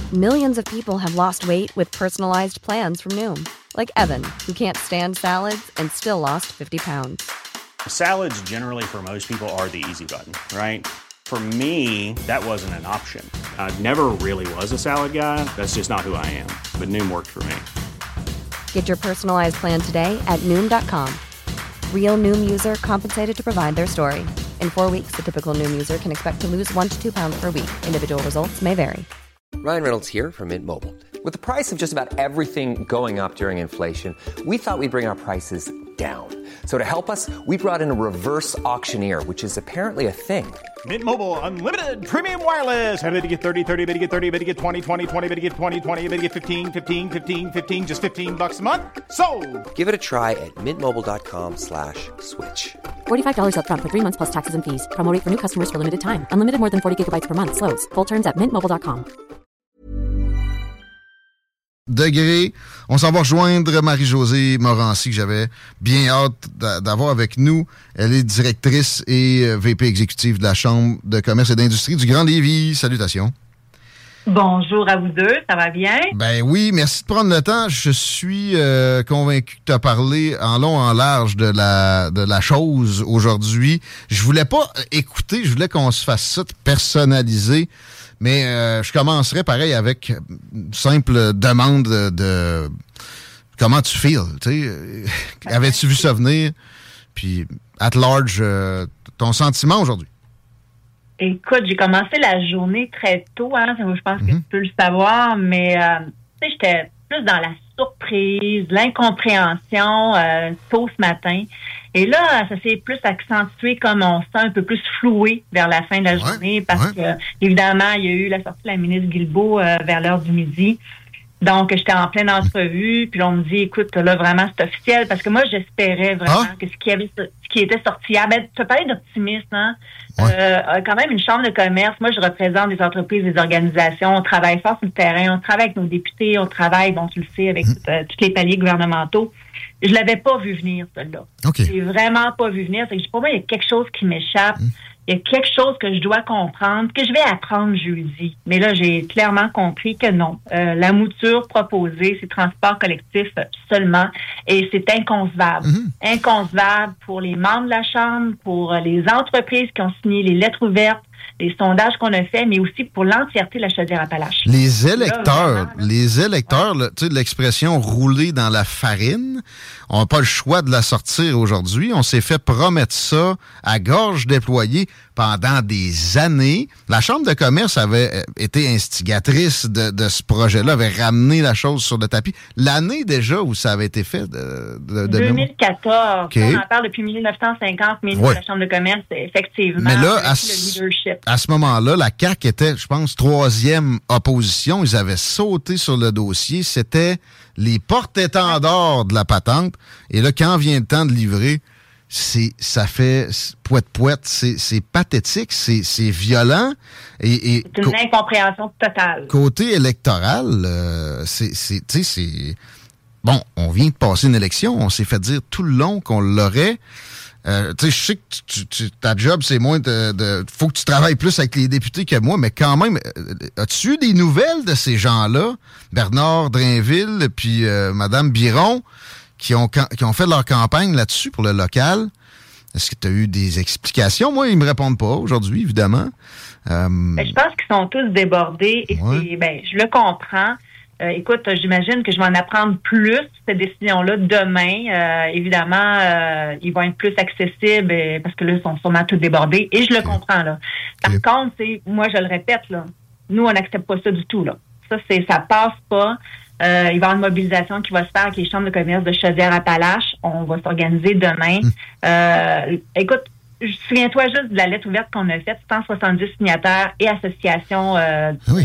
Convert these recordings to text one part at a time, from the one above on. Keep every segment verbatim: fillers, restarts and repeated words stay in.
Millions of people have lost weight with personalized plans from Noom. Like Evan, who can't stand salads and still lost fifty pounds. Salads generally for most people are the easy button, right? For me, that wasn't an option. I never really was a salad guy. That's just not who I am. But Noom worked for me. Get your personalized plan today at Noom dot com. Real Noom user compensated to provide their story. In four weeks, the typical Noom user can expect to lose one to two pounds per week. Individual results may vary. Ryan Reynolds here from Mint Mobile. With the price of just about everything going up during inflation, we thought we'd bring our prices down. So to help us, we brought in a reverse auctioneer, which is apparently a thing. Mint Mobile Unlimited Premium Wireless. How to get thirty, thirty, how to get thirty, how to get twenty, twenty, twenty, how to get twenty, twenty, how to get fifteen, fifteen, fifteen, fifteen, just fifteen bucks a month? Sold! Give it a try at mintmobile.com slash switch. forty-five dollars up front for three months plus taxes and fees. Promo rate for new customers for limited time. Unlimited more than forty gigabytes per month. Slows full terms at mint mobile dot com. Degré. On s'en va rejoindre Marie-Josée Morancy, que j'avais bien hâte d'avoir avec nous. Elle est directrice et V P exécutive de la Chambre de commerce et d'industrie du Grand Lévis. Salutations. Bonjour à vous deux, ça va bien? Ben oui, merci de prendre le temps. Je suis euh, convaincu que tu as parlé en long, en large de la, de la chose aujourd'hui. Je voulais pas écouter, je voulais qu'on se fasse ça personnalisé. Mais euh, je commencerai pareil avec une simple demande de, de comment tu feels, tu sais. Avais-tu vu ça venir? Puis, at large, euh, ton sentiment aujourd'hui? Écoute, j'ai commencé la journée très tôt, hein. Je pense mm-hmm. que tu peux le savoir, mais euh, tu sais, j'étais plus dans la surprise, l'incompréhension euh, tôt ce matin. Et là, ça s'est plus accentué comme on se sent un peu plus floué vers la fin de la ouais, journée parce ouais. que, évidemment, il y a eu la sortie de la ministre Guilbeault euh, vers l'heure du midi. Donc, j'étais en pleine entrevue, puis là, on me dit, écoute, là, vraiment, c'est officiel, parce que moi, j'espérais vraiment ah. que ce qui avait, ce qui était sorti hier, ben, tu parlais d'optimisme, hein? Ouais. Euh, quand même, une chambre de commerce, moi, je représente des entreprises, des organisations, on travaille fort sur le terrain, on travaille avec nos députés, on travaille, bon, tu le sais, avec mmh. euh, tous les paliers gouvernementaux. Je l'avais pas vu venir, celle-là. Okay. J'ai vraiment pas vu venir. C'est que pour moi, il y a quelque chose qui m'échappe. Mmh. Il y a quelque chose que je dois comprendre, que je vais apprendre jeudi. Mais là, j'ai clairement compris que non. Euh, la mouture proposée, c'est transport collectif seulement. Et c'est inconcevable. Mm-hmm. Inconcevable pour les membres de la Chambre, pour les entreprises qui ont signé les lettres ouvertes, les sondages qu'on a faits, mais aussi pour l'entièreté de la Chaudière-Appalaches. Les électeurs, là, les électeurs, ouais. tu sais, l'expression « rouler dans la farine », on n'a pas le choix de la sortir aujourd'hui. On s'est fait promettre ça à gorge déployée pendant des années. La Chambre de commerce avait été instigatrice de, de ce projet-là, avait ramené la chose sur le tapis. L'année déjà où ça avait été fait de, de, de deux mille quatorze. Okay. On en parle depuis dix-neuf cent cinquante, mais ouais. la Chambre de commerce, effectivement, mais là, à, le leadership. À ce moment-là, la C A Q était, je pense, troisième opposition. Ils avaient sauté sur le dossier. C'était les porte-étendards de la patente. Et là, quand vient le temps de livrer, c'est, ça fait pouette-pouette, c'est, c'est pathétique, c'est, c'est violent. Et, et c'est une co- incompréhension totale. Côté électoral, euh, c'est, c'est, tu sais, c'est... Bon, on vient de passer une élection, on s'est fait dire tout le long qu'on l'aurait. Euh, tu sais, je sais que tu, tu, ta job, c'est moins de, de... Faut que tu travailles plus avec les députés que moi, mais quand même, as-tu eu des nouvelles de ces gens-là? Bernard Drainville, puis euh, Mme Biron, qui ont, qui ont fait leur campagne là-dessus pour le local. Est-ce que tu as eu des explications? Moi, ils me répondent pas aujourd'hui, évidemment. Euh... Ben, je pense qu'ils sont tous débordés et ouais. c'est, ben, je le comprends. Euh, écoute, j'imagine que je vais en apprendre plus sur cette décision-là demain. Euh, évidemment, euh, ils vont être plus accessibles euh, parce que là, ils sont sûrement tous débordés. Et je le okay. comprends, là. Par okay. contre, c'est, moi, je le répète, là, nous, on n'accepte pas ça du tout, là. Ça, c'est, ça passe pas. Euh, il va y avoir une mobilisation qui va se faire avec les chambres de commerce de Chaudière-Appalaches. On va s'organiser demain. Mmh. Euh, écoute, souviens-toi juste de la lettre ouverte qu'on a faite, cent soixante-dix signataires et associations euh, oui.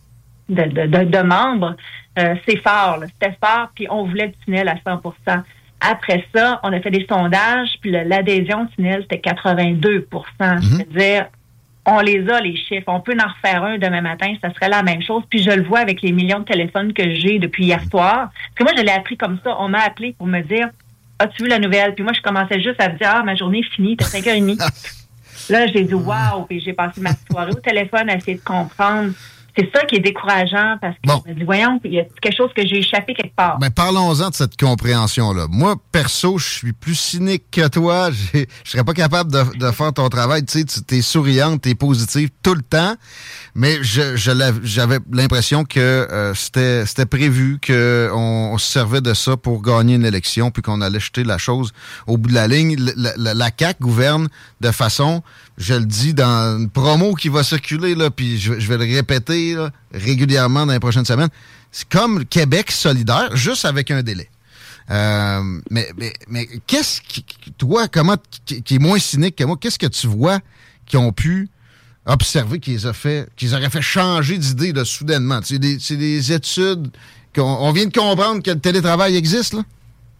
de, de, de, de membres. Euh, c'est fort, là. C'était fort, puis on voulait le tunnel à cent pour cent. Après ça, on a fait des sondages, puis le, l'adhésion au tunnel, c'était quatre-vingt-deux pour cent. Mmh. C'est-à-dire, on les a, les chiffres. On peut en refaire un demain matin, ça serait la même chose. Puis je le vois avec les millions de téléphones que j'ai depuis hier soir. Parce que moi, je l'ai appris comme ça. On m'a appelé pour me dire « As-tu vu la nouvelle? » Puis moi, je commençais juste à me dire « Ah, ma journée est finie, t'as cinq heures trente. » Là, j'ai dit « Wow! » Puis j'ai passé ma soirée au téléphone à essayer de comprendre c'est ça qui est décourageant parce que bon. je me dis, voyons, il y a quelque chose que j'ai échappé quelque part. Ben, parlons-en de cette compréhension-là. Moi, perso, je suis plus cynique que toi. Je serais pas capable de, de faire ton travail. Tu sais, tu es souriante, tu es positive tout le temps. Mais je, je j'avais l'impression que euh, c'était, c'était prévu, qu'on on se servait de ça pour gagner une élection, puis qu'on allait jeter la chose au bout de la ligne. La, la, la C A Q gouverne de façon, je le dis dans une promo qui va circuler, là, puis je, je vais le répéter là, régulièrement dans les prochaines semaines. C'est comme Québec solidaire, juste avec un délai. Euh, mais, mais, mais qu'est-ce qui, toi, comment, qui, qui est moins cynique que moi, qu'est-ce que tu vois qui ont pu observer, qui les a fait, qui les auraient fait changer d'idée là, soudainement? C'est des, c'est des études qu'on on vient de comprendre que le télétravail existe, là?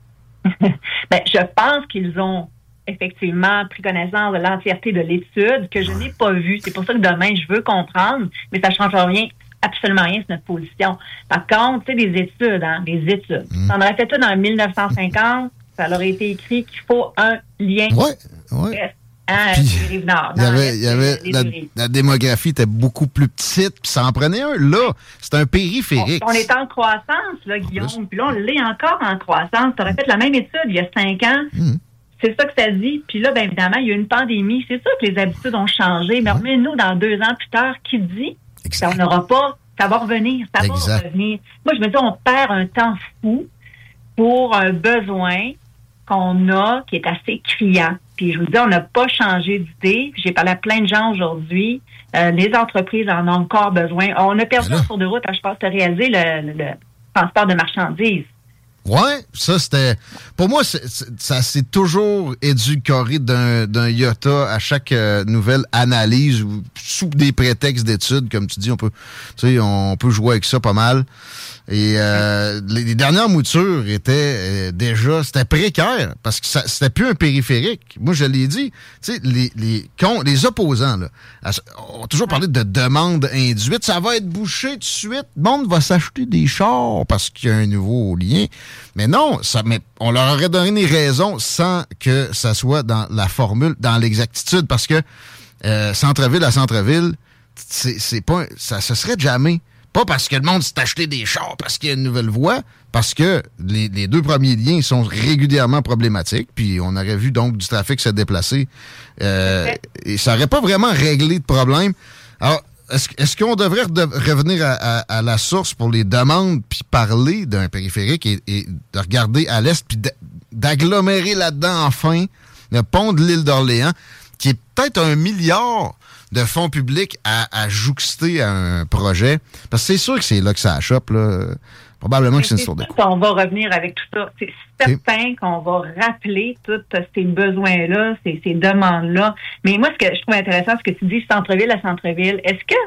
Ben, je pense qu'ils ont effectivement pris connaissance de l'entièreté de l'étude que je n'ai pas vue. C'est pour ça que demain, je veux comprendre, mais ça ne change rien, absolument rien sur notre position. Par contre, tu sais, des études, hein, des études. Mmh. Ça en aurait fait tout en mille neuf cent cinquante, ça leur aurait été écrit qu'il faut un lien. Oui, oui. Hein, puis, les rives nord. Il y avait, il y avait la, la démographie était beaucoup plus petite, puis ça en prenait un. Là, c'est un périphérique. On, on est en croissance, là, Guillaume. Puis là, on l'est encore en croissance. Tu aurais fait la même étude il y a cinq ans. Mmh. C'est ça que ça dit. Puis là, bien évidemment, il y a eu une pandémie. C'est sûr que les habitudes ont changé. Mais remets-nous dans deux ans plus tard, qui dit que on n'aura pas, ça va revenir. Ça exact. va revenir. Moi, je me dis, on perd un temps fou pour un besoin qu'on a qui est assez criant. Puis je vous dis, on n'a pas changé d'idée. J'ai parlé à plein de gens aujourd'hui. Euh, les entreprises en ont encore besoin. On a perdu un tour de route, hein, je pense, de réaliser le, le, le transport de marchandises. Ouais, ça c'était... Pour moi, c'est, c'est, ça s'est toujours édulcoré d'un, d'un iota à chaque euh, nouvelle analyse ou sous des prétextes d'études, comme tu dis, on peut, tu sais, on peut jouer avec ça pas mal. Et euh, les, les dernières moutures étaient euh, déjà, c'était précaire parce que ça, c'était plus un périphérique. Moi, je l'ai dit, tu sais, les, les, con, les opposants, là, ont toujours parlé de demande induite. Ça va être bouché tout de suite. Le monde va s'acheter des chars parce qu'il y a un nouveau lien. Mais non, ça, mais on leur aurait donné raison sans que ça soit dans la formule, dans l'exactitude, parce que euh, centre-ville à centre-ville, c'est, c'est pas, ça se serait jamais. Pas parce que le monde s'est acheté des chars, parce qu'il y a une nouvelle voie, parce que les, les deux premiers liens sont régulièrement problématiques, puis on aurait vu donc du trafic se déplacer, euh, et ça n'aurait pas vraiment réglé de problème. Alors, est-ce, est-ce qu'on devrait de, revenir à, à, à la source pour les demandes, puis parler d'un périphérique et, et de regarder à l'est, puis d'agglomérer là-dedans enfin le pont de l'île d'Orléans, qui est peut-être un milliard de fonds publics à, à jouxter à un projet? Parce que c'est sûr que c'est là que ça achoppe, là. Probablement que c'est une sorte de coup. On va revenir avec tout ça. C'est certain okay. qu'on va rappeler tous ces besoins-là, ces, ces demandes-là. Mais moi, ce que je trouve intéressant, ce que tu dis, centre-ville à centre-ville, est-ce que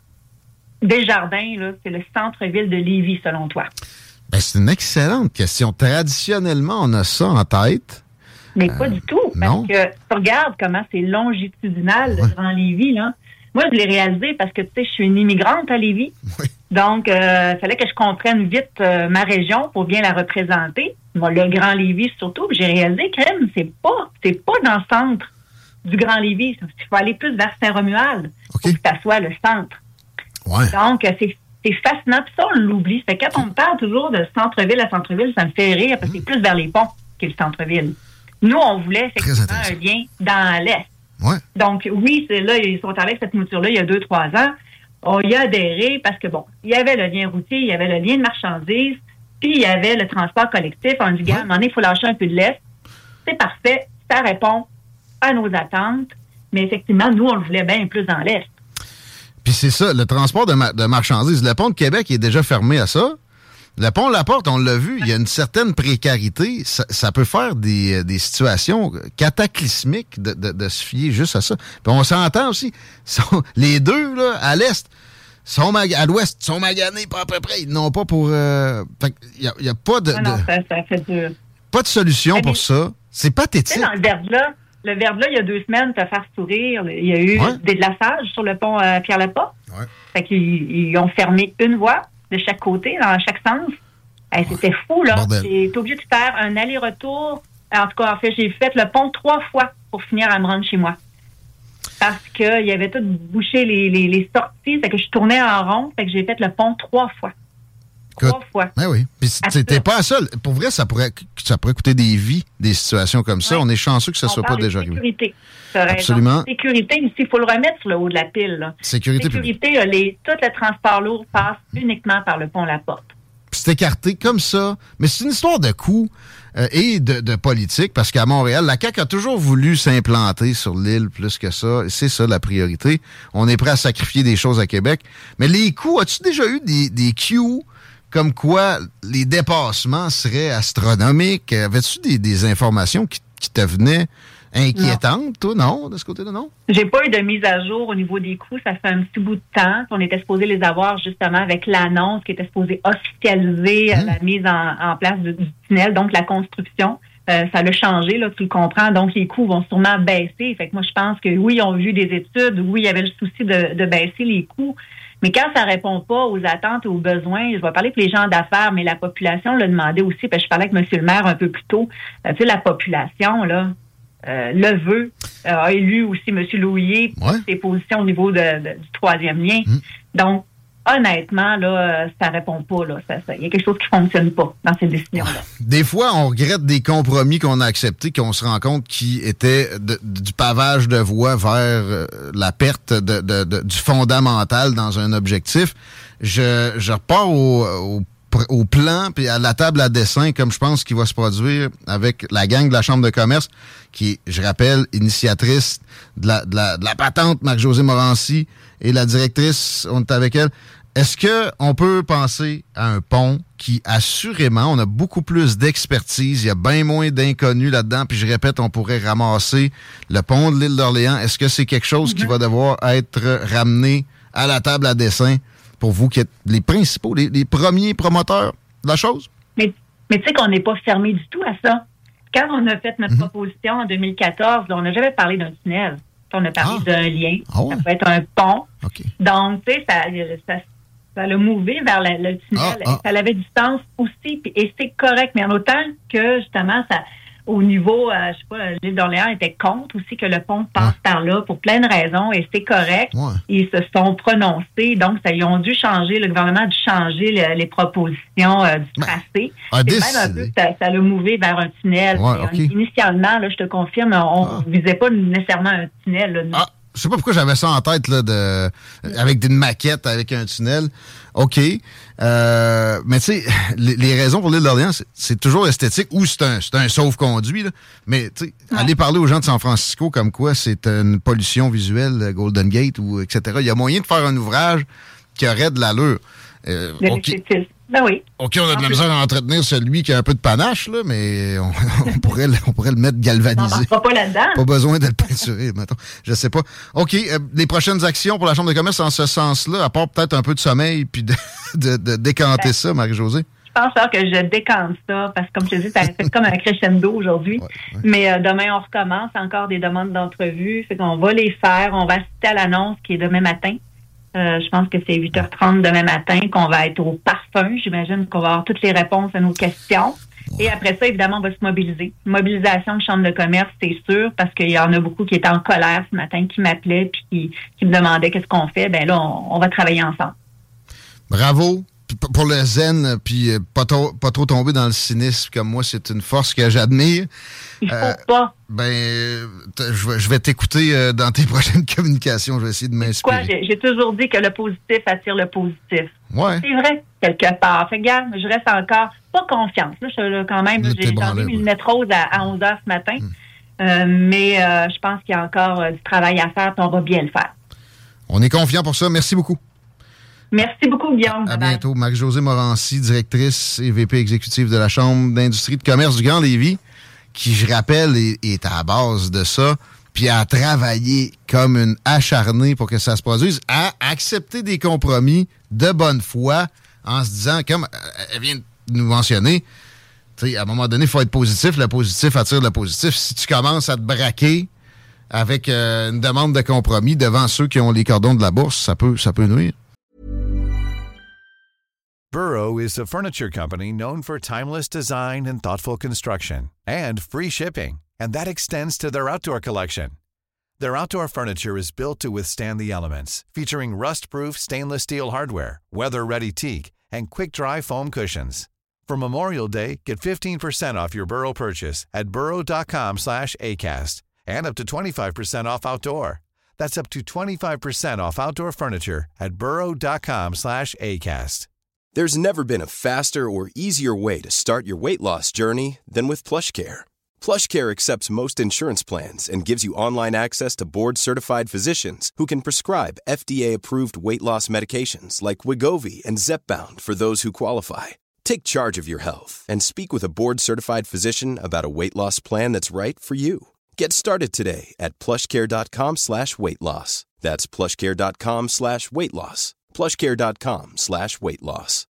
Desjardins, là, c'est le centre-ville de Lévis, selon toi? Ben, c'est une excellente question. Traditionnellement, on a ça en tête. Mais pas euh, du tout. Parce non. que tu regardes comment c'est longitudinal, ouais. le Grand Lévis, là. Moi, je l'ai réalisé parce que, tu sais, je suis une immigrante à Lévis. Oui. Donc, il euh, fallait que je comprenne vite euh, ma région pour bien la représenter. Bon, le Grand Lévis, surtout. J'ai réalisé que c'est pas, c'est pas dans le centre du Grand Lévis. Il faut aller plus vers Saint-Romuald okay. pour que ça soit le centre. Ouais. Donc, c'est, c'est fascinant. Puis ça, on l'oublie. Fait que quand on me parle toujours de centre-ville à centre-ville, ça me fait rire parce que c'est plus vers les ponts que le centre-ville. Nous, on voulait effectivement un lien dans l'Est. Ouais. Donc, oui, c'est là, ils sont arrivés avec cette mouture-là il y a deux, trois ans. On y a adhéré parce que, bon, il y avait le lien routier, il y avait le lien de marchandises, puis il y avait le transport collectif. On dit, gars, à un moment donné, il faut lâcher un peu de l'Est. C'est parfait, ça répond à nos attentes, mais effectivement, nous, on le voulait bien plus dans l'Est. Puis c'est ça, le transport de, ma- de marchandises. Le pont de Québec est déjà fermé à ça. Le pont La Porte, on l'a vu, il y a une certaine précarité. Ça, ça peut faire des, des situations cataclysmiques de, de, de se fier juste à ça. Puis on s'entend aussi. Sont, les deux, là, à l'est, sont mag- à l'ouest, sont maganés pas à peu près. Ils n'ont pas pour... Euh, fait il n'y a, y a pas de... Non, non, de ça, ça fait dur. Pas de solution Mais pour ça. C'est pathétique. Tu sais, dans le verbe-là, le verbe-là, il y a deux semaines, te faire sourire. Il y a eu ouais. des glaçages sur le pont euh, Pierre-Laporte. Ouais. Fait qu'ils ils ont fermé une voie de chaque côté, dans chaque sens. Hey, c'était fou, là. J'ai été obligé de faire un aller-retour. En tout cas, en fait, j'ai fait le pont trois fois pour finir à me rendre chez moi. parce qu'il y avait tout bouché les, les, les sorties. Fait que je tournais en rond. Fait que j'ai fait le pont trois fois. Trois Écoute, fois. Ben oui. Puis c'était pas seul. Pour vrai, ça pourrait, ça pourrait coûter des vies, des situations comme ça. Oui. On est chanceux que ça On soit pas déjà arrivé. Sécurité. Tu as raison. Absolument. Sécurité, ici, il faut le remettre sur le haut de la pile. Là. Sécurité, Sécurité, les, tout le transport lourd passe mmh. uniquement par le pont La Porte. Puis c'est écarté comme ça. Mais c'est une histoire de coût euh, et de, de politique, parce qu'à Montréal, la C A Q a toujours voulu s'implanter sur l'île plus que ça. C'est ça la priorité. On est prêt à sacrifier des choses à Québec. Mais les coûts, as-tu déjà eu des, des queues comme quoi les dépassements seraient astronomiques? Avais-tu des, des informations qui, qui te venaient inquiétantes, non. toi, non, de ce côté-là, non? J'ai pas eu de mise à jour au niveau des coûts. Ça fait un petit bout de temps. On était supposé les avoir justement avec l'annonce qui était supposée officialiser mmh. la mise en, en place du, du tunnel, donc la construction. Euh, ça l'a changé, là, tu le comprends. Donc, les coûts vont sûrement baisser. Fait que moi, je pense que oui, ils ont vu des études. Oui, il y avait le souci de, de baisser les coûts. Mais quand ça répond pas aux attentes et aux besoins, je vais parler pour les gens d'affaires, mais la population l'a demandé aussi, parce que je parlais avec M. le maire un peu plus tôt. Euh, tu sais, la population, là, euh, le veut, euh, a élu aussi M. Louillet pour ouais. ses positions au niveau de, de, du troisième lien. Mmh. Donc, honnêtement, là, ça répond pas. Là. Ça, ça, il y a quelque chose qui fonctionne pas dans ces décisions-là. Des fois, on regrette des compromis qu'on a acceptés, qu'on se rend compte qui étaient de, du pavage de voie vers euh, la perte de, de, de, du fondamental dans un objectif. Je, je repars au, au, au plan puis à la table à dessin, comme je pense qu'il va se produire avec la gang de la Chambre de commerce, qui est, je rappelle, initiatrice de la, de la, de la patente, Marc-Josée Morancy, et la directrice, on est avec elle. Est-ce qu'on peut penser à un pont qui, assurément, on a beaucoup plus d'expertise, il y a bien moins d'inconnus là-dedans, puis je répète, on pourrait ramasser le pont de l'île d'Orléans. Est-ce que c'est quelque chose mm-hmm. qui va devoir être ramené à la table à dessin pour vous qui êtes les principaux, les, les premiers promoteurs de la chose? Mais, mais tu sais qu'on n'est pas fermé du tout à ça. Quand on a fait notre mm-hmm. proposition en deux mille quatorze, on n'a jamais parlé d'un tunnel. On a parlé ah. d'un lien. Oh. Ça peut être un pont. Okay. Donc, tu sais, ça, ça, ça l'a mouvé vers la, le tunnel. Ah, ah. Ça avait du sens aussi. Puis, et c'est correct. Mais en autant que, justement, ça, au niveau, euh, je sais pas, l'île d'Orléans était contre aussi que le pont passe ouais. par là pour plein de raisons. Et c'est correct. Ouais. Ils se sont prononcés. Donc, ça, ils ont dû changer, le gouvernement a dû changer le, les propositions euh, du tracé. Ben, c'est même un peu que ça, ça l'a mouvé vers un tunnel. Ouais, okay. Initialement, là, je te confirme, on ne ah. visait pas nécessairement un tunnel. Là, ah. Je sais pas pourquoi j'avais ça en tête, là, de, avec une maquette, avec un tunnel. OK. Euh, mais tu sais, les, les raisons pour l'île d'Orléans, c'est, c'est toujours esthétique ou c'est un, c'est un sauf-conduit, là. Mais tu sais, ouais. aller parler aux gens de San Francisco comme quoi c'est une pollution visuelle, Golden Gate, ou et cetera. Il y a moyen de faire un ouvrage qui aurait de l'allure. Euh, okay. Ben oui. OK, on a de la misère à entretenir celui qui a un peu de panache, là, mais on, on, pourrait, le, on pourrait le mettre galvanisé. On ne pas là-dedans. Pas besoin de le peinturer, mettons. Je sais pas. OK, euh, les prochaines actions pour la Chambre de commerce en ce sens-là, à part peut-être un peu de sommeil puis de, de, de décanter ben, ça, Marie-Josée? Je pense alors que je décante ça, parce que comme je te dis, ça fait comme un crescendo aujourd'hui. Ouais, ouais. Mais euh, demain, on recommence. Encore des demandes d'entrevue. Fait qu'on va les faire. On va assister à l'annonce qui est demain matin. Euh, je pense que c'est huit heures trente demain matin qu'on va être au parfum. J'imagine qu'on va avoir toutes les réponses à nos questions. Ouais. Et après ça, évidemment, on va se mobiliser. Mobilisation de chambre de commerce, c'est sûr, parce qu'il y en a beaucoup qui étaient en colère ce matin, qui m'appelaient puis qui, qui me demandaient qu'est-ce qu'on fait. Ben là, on, on va travailler ensemble. Bravo. Pour le zen, puis pas trop, pas trop tomber dans le cynisme comme moi, c'est une force que j'admire. Il faut euh, pas. Ben, je vais, je vais t'écouter euh, dans tes prochaines communications. Je vais essayer de m'inspirer. Quoi, j'ai, j'ai toujours dit que le positif attire le positif. Ouais. C'est vrai, quelque part. Fait regarde, je reste encore pas confiance. Là, je, là, quand même, là, j'ai entendu mes lunettes roses à, à onze heures ce matin. Hum. Euh, mais euh, je pense qu'il y a encore euh, du travail à faire, puis on va bien le faire. On est confiant pour ça. Merci beaucoup. Merci beaucoup, Guillaume. À, à bientôt. Marie-Josée Morancy, directrice et V P exécutive de la Chambre d'industrie de commerce du Grand Lévis, qui, je rappelle, est, est à la base de ça, puis a travaillé comme une acharnée pour que ça se produise, a accepté des compromis de bonne foi en se disant, comme elle vient de nous mentionner, à un moment donné, il faut être positif. Le positif attire le positif. Si tu commences à te braquer avec euh, une demande de compromis devant ceux qui ont les cordons de la bourse, ça peut, ça peut nuire. Burrow is a furniture company known for timeless design and thoughtful construction and free shipping, and that extends to their outdoor collection. Their outdoor furniture is built to withstand the elements, featuring rust-proof stainless steel hardware, weather-ready teak, and quick-dry foam cushions. For Memorial Day, get fifteen percent off your Burrow purchase at burrow.com slash ACAST and up to twenty-five percent off outdoor. That's up to twenty-five percent off outdoor furniture at burrow.com slash ACAST. There's never been a faster or easier way to start your weight loss journey than with PlushCare. PlushCare accepts most insurance plans and gives you online access to board-certified physicians who can prescribe F D A-approved weight loss medications like Wegovy and Zepbound for those who qualify. Take charge of your health and speak with a board-certified physician about a weight loss plan that's right for you. Get started today at plushcare.com slash weight loss. That's plushcare.com slash weight loss. plushcare.com slash weight loss.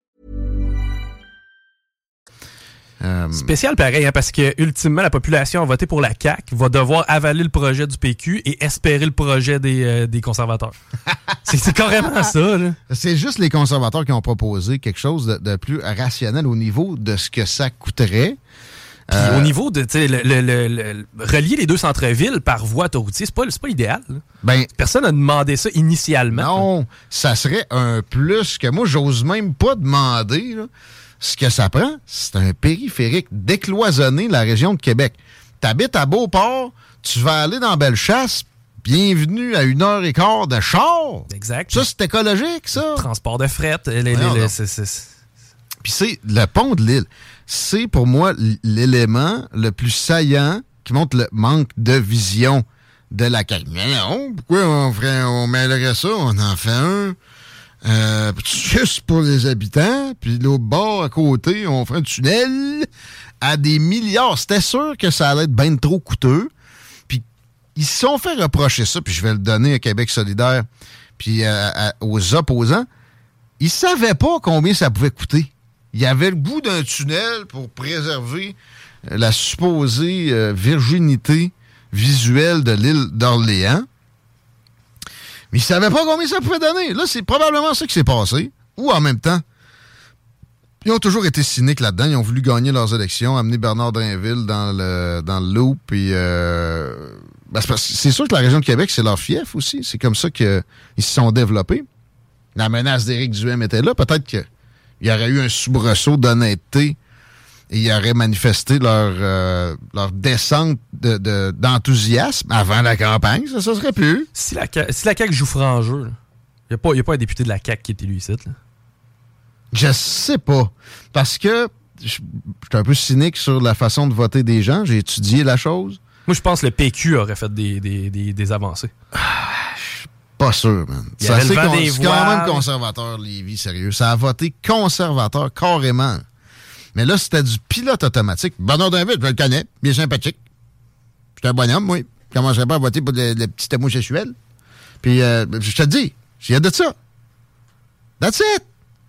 Um... Spécial pareil, hein, parce que ultimement, la population a voté pour la C A Q, va devoir avaler le projet du P Q et espérer le projet des, euh, des conservateurs. c'est, c'est carrément ça. Là. C'est juste les conservateurs qui ont proposé quelque chose de, de plus rationnel au niveau de ce que ça coûterait. Puis euh... au niveau de le, le, le, le, relier les deux centres-villes par voie autoroutière, c'est pas, c'est pas idéal. Ben, personne n'a demandé ça initialement. Non, là. Ça serait un plus que moi, j'ose même pas demander. Là. Ce que ça prend, c'est un périphérique décloisonné de la région de Québec. T'habites à Beauport, tu vas aller dans Bellechasse, bienvenue à une heure et quart de char. Exact. Ça, c'est écologique, ça. Transport de fret. Les, les, les, c'est, c'est... Puis c'est le pont de l'île. C'est pour moi l'élément le plus saillant qui montre le manque de vision de la C A Q. Mais non, pourquoi on, ferait, on mêlerait ça? On en fait un... Euh, juste pour les habitants, puis l'autre bord à côté, on ferait un tunnel à des milliards. C'était sûr que ça allait être bien trop coûteux. Puis ils se sont fait reprocher ça, puis je vais le donner à Québec solidaire, puis euh, à, aux opposants. Ils savaient pas combien ça pouvait coûter. Il y avait le bout d'un tunnel pour préserver la supposée euh, virginité visuelle de l'île d'Orléans. Mais ils ne savaient pas combien ça pouvait donner. Là, c'est probablement ça qui s'est passé. Ou en même temps, ils ont toujours été cyniques là-dedans. Ils ont voulu gagner leurs élections, amener Bernard Drinville dans le, dans le loop. Puis, euh, ben c'est, c'est sûr que la région de Québec, c'est leur fief aussi. C'est comme ça qu'ils se sont développés. La menace d'Éric Duhaime était là. Peut-être qu'il y aurait eu un soubresaut d'honnêteté et ils auraient manifesté leur, euh, leur descente de, de, d'enthousiasme avant la campagne. Ça, ça serait plus. Si la, si la C A Q joue franc jeu, il n'y a, a pas un député de la C A Q qui est élu ici. Là. Je sais pas. Parce que je suis un peu cynique sur la façon de voter des gens. J'ai étudié la chose. Moi, je pense que le P Q aurait fait des, des, des, des avancées. Ah, je suis pas sûr, man. Ça, c'est, con- c'est quand même conservateur, Lévis, sérieux. Ça a voté conservateur, carrément. Mais là, c'était du pilote automatique. Bernard Drinville, je le connais, bien sympathique. J'étais un bonhomme, oui. Je commencerais pas à voter pour le, le petit émoi sexuel. Puis, euh, je te dis, il y a de ça. That's it.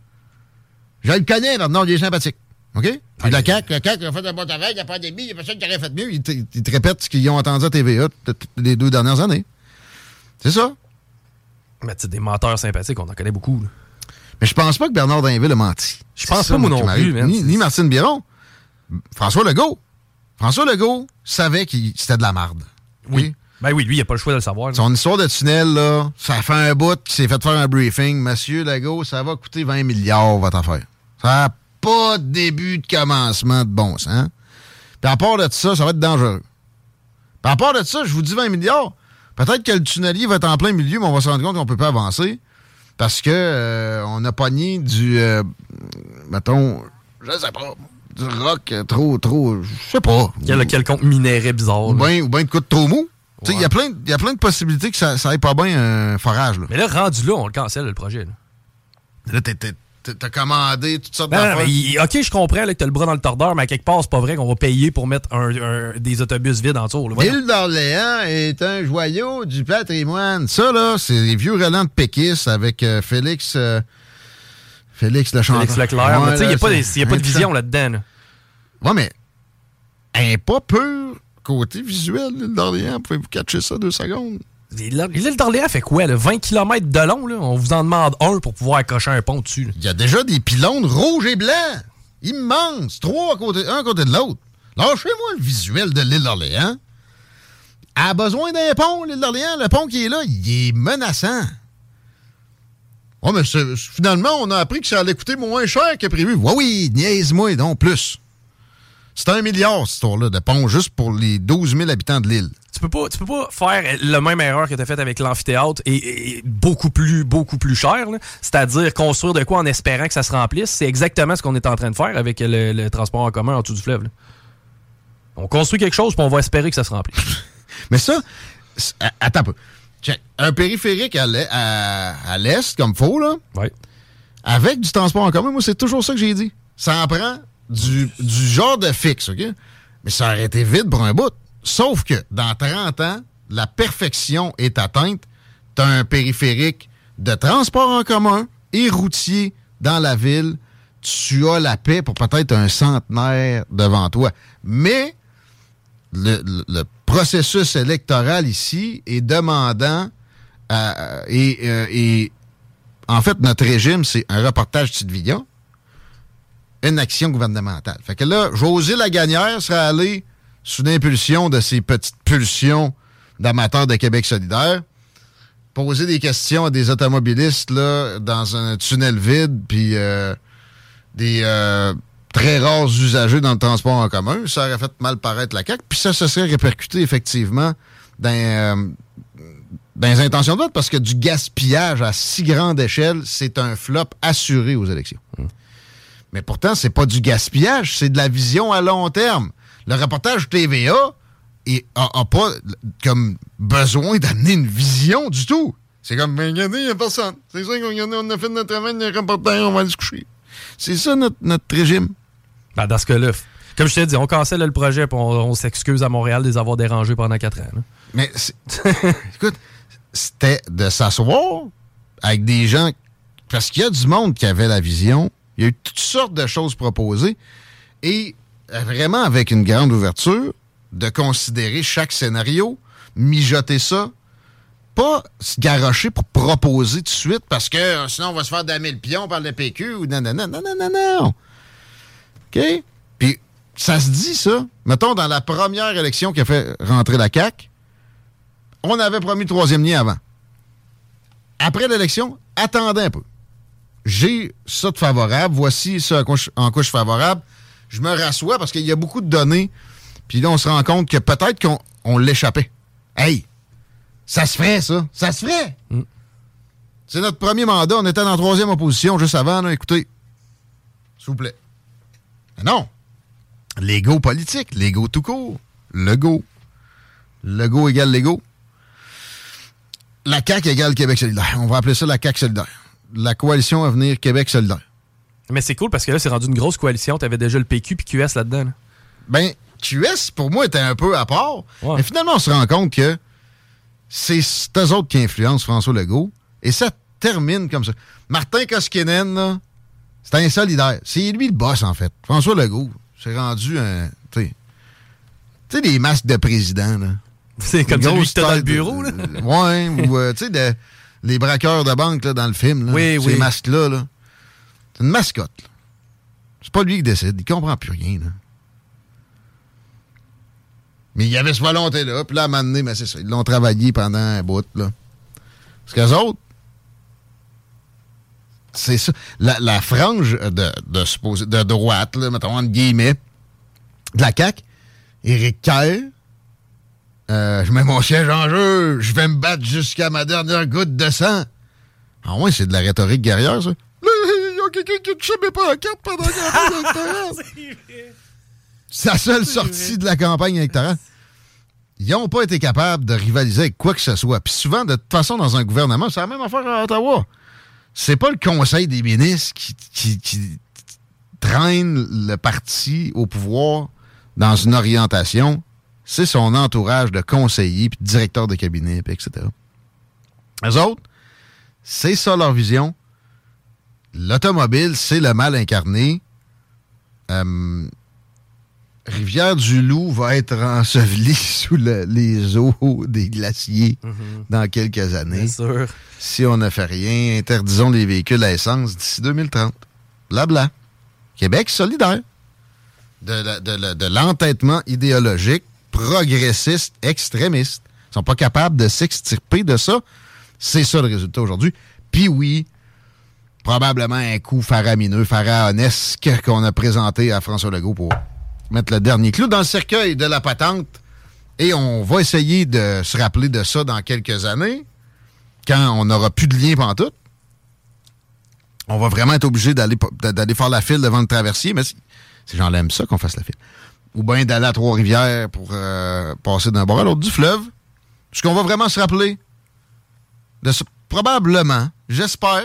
Je le connais, Bernard, il est sympathique. OK? Puis ah, la C A Q, la C A Q a fait un bon travail, il n'y a pas pandémie, il n'y a personne qui aurait fait mieux. Ils te, ils te répètent ce qu'ils ont entendu à T V A les deux dernières années. C'est ça. Mais tu sais, des menteurs sympathiques, on en connaît beaucoup, là. Mais je pense pas que Bernard Drinville a menti. Je pense pas, moi non plus. Man, ni, ni Martine Biron. François Legault. François Legault savait que c'était de la marde. Oui. oui. Ben oui, lui, il n'a pas le choix de le savoir. Là. Son histoire de tunnel, là, ça fait un bout qu'il s'est fait faire un briefing. Monsieur Legault, ça va coûter vingt milliards, votre affaire. Ça n'a pas de début de commencement de bon sens. Puis à part de ça, ça va être dangereux. Puis à part de ça, je vous dis vingt milliards. Peut-être que le tunnelier va être en plein milieu, mais on va se rendre compte qu'on ne peut pas avancer. Parce que euh, on a pogné du, euh, mettons, je sais pas, du rock euh, trop, trop, je sais pas. Quel, quelconque minerai bizarre. Ou bien de quoi de trop mou. Il ouais. y a plein y a plein de possibilités que ça, ça aille pas bien un forage. Là. Mais là, rendu là, on le cancelle, le projet. Là, là t'es, t'es, t'as commandé toutes sortes ben, d'affaires. Il, OK, je comprends là, que t'as le bras dans le tordeur, mais à quelque part, c'est pas vrai qu'on va payer pour mettre un, un, des autobus vides en dessous. L'île d'Orléans est un joyau du patrimoine. Ça, là, c'est les vieux relents de péquistes avec euh, Félix... Euh, Félix le chanteur. Félix Leclerc. Ouais, mais tu sais, il n'y a pas, des, y a pas de vision là-dedans. Là. Ouais, mais elle n'est pas pure côté visuel, l'île d'Orléans. Pouvez-vous catcher ça deux secondes? L'île d'Orléans fait quoi, là? vingt kilomètres de long, là? On vous en demande un pour pouvoir accrocher un pont dessus. Il y a déjà des pylônes rouges et blancs. Immenses. Trois à côté, un à côté de l'autre. Lâchez-moi le visuel de l'île d'Orléans. Elle a besoin d'un pont, l'île d'Orléans. Le pont qui est là, il est menaçant. Oh, mais c'est, finalement, on a appris que ça allait coûter moins cher que prévu. Oui, oui, niaise-moi, donc plus. C'est un milliard, cette histoire-là, de pont, juste pour les douze mille habitants de l'île. Tu peux pas, tu peux pas faire la même erreur que tu as faite avec l'amphithéâtre et, et beaucoup plus, beaucoup plus cher. Là. C'est-à-dire construire de quoi en espérant que ça se remplisse. C'est exactement ce qu'on est en train de faire avec le, le transport en commun en dessous du fleuve. Là. On construit quelque chose puis on va espérer que ça se remplisse. Mais ça, attends un peu. Un périphérique à l'est, à, à l'est comme faut, là, ouais. Avec du transport en commun, moi, c'est toujours ça que j'ai dit. Ça en prend du, du genre de fixe, OK? Mais ça aurait été vide pour un bout. Sauf que, dans trente ans, la perfection est atteinte. T'as un périphérique de transport en commun et routier dans la ville. Tu as la paix pour peut-être un centenaire devant toi. Mais le, le, le processus électoral ici est demandant euh, et, euh, et en fait, notre régime, c'est un reportage Tite-Villon, une action gouvernementale. Fait que là, José Lagagnière serait allé sous l'impulsion de ces petites pulsions d'amateurs de Québec solidaire, poser des questions à des automobilistes là, dans un tunnel vide, puis euh, des euh, très rares usagers dans le transport en commun. Ça aurait fait mal paraître la C A Q, puis ça se serait répercuté effectivement dans, euh, dans les intentions de vote, parce que du gaspillage à si grande échelle, c'est un flop assuré aux élections. Mmh. Mais pourtant, c'est pas du gaspillage, c'est de la vision à long terme. Le reportage T V A n'a pas comme besoin d'amener une vision du tout. C'est comme, ben, regardez, il n'y a personne. C'est ça qu'on on a fait notre travail, le reportage, on va aller se coucher. C'est ça notre, notre régime. Ben, dans ce cas-là, comme je t'ai dit, on cancelle le projet et on, on s'excuse à Montréal de les avoir dérangés pendant quatre ans. Là. Mais, c'est, écoute, c'était de s'asseoir avec des gens, parce qu'il y a du monde qui avait la vision. Il y a eu toutes sortes de choses proposées. Et vraiment avec une grande ouverture, de considérer chaque scénario, mijoter ça, pas se garrocher pour proposer tout de suite, parce que euh, sinon on va se faire damer le pion par le P Q, ou non, non, non, non, non, non, non. OK? Puis ça se dit, ça. Mettons, dans la première élection qui a fait rentrer la C A Q, on avait promis le troisième lien avant. Après l'élection, attendez un peu. J'ai ça de favorable, voici ça en couche, en couche favorable. Je me rassois parce qu'il y a beaucoup de données. Puis là, on se rend compte que peut-être qu'on on l'échappait. Hey! Ça se ferait, ça! Ça se ferait! Mm. C'est notre premier mandat. On était dans la troisième opposition juste avant. Là, écoutez, s'il vous plaît. Mais non! L'ego politique. L'ego tout court. Le go. Le go égale l'ego. La C A Q égale Québec solidaire. On va appeler ça la C A Q solidaire. La coalition Avenir Québec solidaire. Mais c'est cool parce que là, c'est rendu une grosse coalition. Tu avais déjà le P Q puis Q S là-dedans. Là. Ben, Q S, pour moi, était un peu à part. Ouais. Mais finalement, on se rend compte que c'est eux autres qui influencent François Legault. Et ça termine comme ça. Martin Koskinen, là, c'est un solidaire. C'est lui le boss, en fait. François Legault, c'est rendu un... Tu sais, des masques de président, là. C'est comme celui que t'as dans le bureau, là. De, ouais, ou, euh, tu sais, de, les braqueurs de banque, là, dans le film, là. Oui, Ces oui. masques-là, là. C'est une mascotte, là. C'est pas lui qui décide. Il comprend plus rien, là. Mais il y avait ce volonté-là. Puis là, à un moment donné, ben c'est ça. Ils l'ont travaillé pendant un bout, là. Parce qu'eux autres, c'est ça. La, la frange de, de, supposé, de droite, là, mettons, entre guillemets, de la C A Q, Éric Kerr, euh, je mets mon siège en jeu, je vais me battre jusqu'à ma dernière goutte de sang. Ah ouais, c'est de la rhétorique guerrière, ça. Là, il y a quelqu'un qui ne chômait pas la carte pendant la campagne électorale. C'est la seule sortie de la campagne électorale. Ils n'ont pas été capables de rivaliser avec quoi que ce soit. Puis souvent, de toute façon, dans un gouvernement, c'est la même affaire à Ottawa. C'est pas le Conseil des ministres qui, qui, qui traîne le parti au pouvoir dans une orientation. C'est son entourage de conseillers, puis de directeurs de cabinet, puis et cetera. Eux autres, c'est ça leur vision. L'automobile, c'est le mal incarné. Euh, Rivière-du-Loup va être ensevelie sous le, les eaux des glaciers mm-hmm. dans quelques années. Bien sûr. Si on ne fait rien, interdisons les véhicules à essence d'ici deux mille trente. Blabla. Québec solidaire. De, de, de, de l'entêtement idéologique progressistes extrémistes. Ils sont pas capables de s'extirper de ça. C'est ça le résultat aujourd'hui. Puis oui, probablement un coup faramineux, pharaonesque qu'on a présenté à François Legault pour mettre le dernier clou dans le cercueil de la patente. Et on va essayer de se rappeler de ça dans quelques années, quand on n'aura plus de lien pantoute. On va vraiment être obligé d'aller, d'aller faire la file devant le traversier, mais ces gens-là aiment ça qu'on fasse la file. Ou bien d'aller à Trois-Rivières pour euh, passer d'un bord à l'autre du fleuve. Est-ce qu'on va vraiment se rappeler de ça? Probablement, j'espère.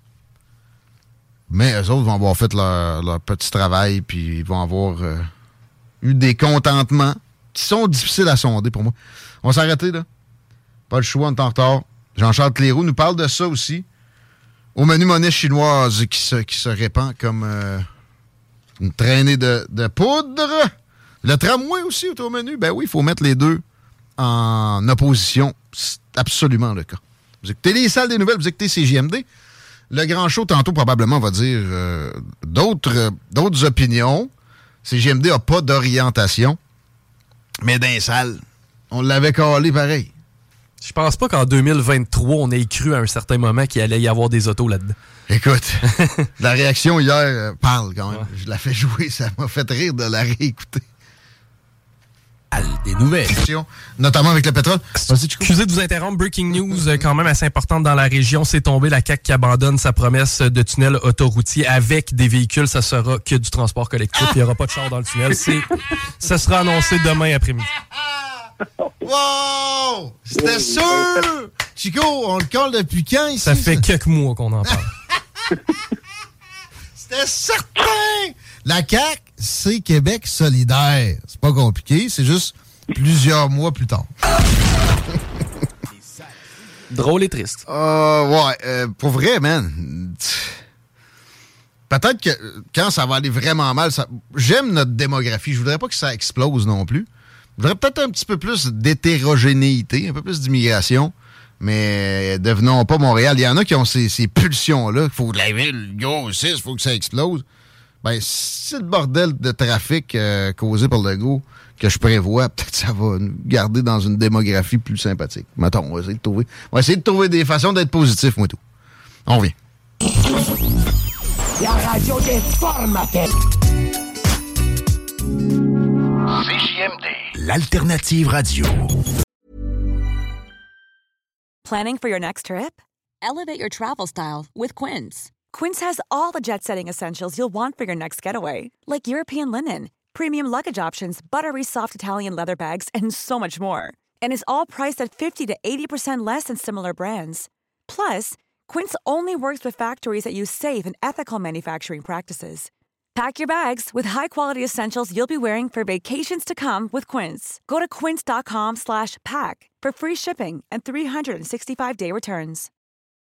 Mais eux autres vont avoir fait leur, leur petit travail, puis ils vont avoir euh, eu des contentements qui sont difficiles à sonder pour moi. On va s'arrêter, là. Pas le choix, on est en retard. Jean-Charles Cléroux nous parle de ça aussi. Au menu monnaie chinoise qui se, qui se répand comme euh, une traînée de, de poudre. Le tramway aussi est au menu. Ben oui, il faut mettre les deux en opposition. C'est absolument le cas. Vous écoutez les salles des nouvelles, vous écoutez C J M D. Le grand show, tantôt, probablement, va dire euh, d'autres, euh, d'autres opinions. C J M D n'a pas d'orientation. Mais dans les salles, on l'avait calé pareil. Je pense pas qu'en deux mille vingt-trois, on ait cru à un certain moment qu'il allait y avoir des autos là-dedans. Écoute, la réaction hier euh, parle quand même. Ouais. Je la fais jouer, ça m'a fait rire de la réécouter. Des nouvelles. Notamment avec le pétrole. Excusez de vous interrompre. Breaking news, quand même assez importante dans la région. C'est tombé, la C A Q qui abandonne sa promesse de tunnel autoroutier avec des véhicules. Ça sera que du transport collectif. Il n'y aura pas de char dans le tunnel. C'est, ça sera annoncé demain après-midi. Wow! C'était sûr! Chico, on le colle depuis quand ici? Ça fait ça? quelques mois qu'on en parle. C'était certain! La C A Q, c'est Québec solidaire. C'est pas compliqué, c'est juste plusieurs mois plus tard. Drôle et triste. Euh, ouais, euh, pour vrai, man. Peut-être que quand ça va aller vraiment mal, ça... j'aime notre démographie. Je voudrais pas que ça explose non plus. Je voudrais peut-être un petit peu plus d'hétérogénéité, un peu plus d'immigration. Mais devenons pas Montréal. Il y en a qui ont ces, ces pulsions-là. Il faut que la ville grossisse, il faut que ça explose. Ben, c'est le bordel de trafic euh, causé par le go que je prévois. Peut-être que ça va nous garder dans une démographie plus sympathique. Mettons, on va essayer de trouver, on va essayer de trouver des façons d'être positif, moi tout. On revient. La radio des formateurs. C J M D, l'alternative radio. Planning for your next trip? Elevate your travel style with Quince. Quince has all the jet-setting essentials you'll want for your next getaway, like European linen, premium luggage options, buttery soft Italian leather bags, and so much more. And is all priced at fifty to eighty percent less than similar brands. Plus, Quince only works with factories that use safe and ethical manufacturing practices. Pack your bags with high-quality essentials you'll be wearing for vacations to come with Quince. Go to quince.com slash pack for free shipping and three sixty-five day returns.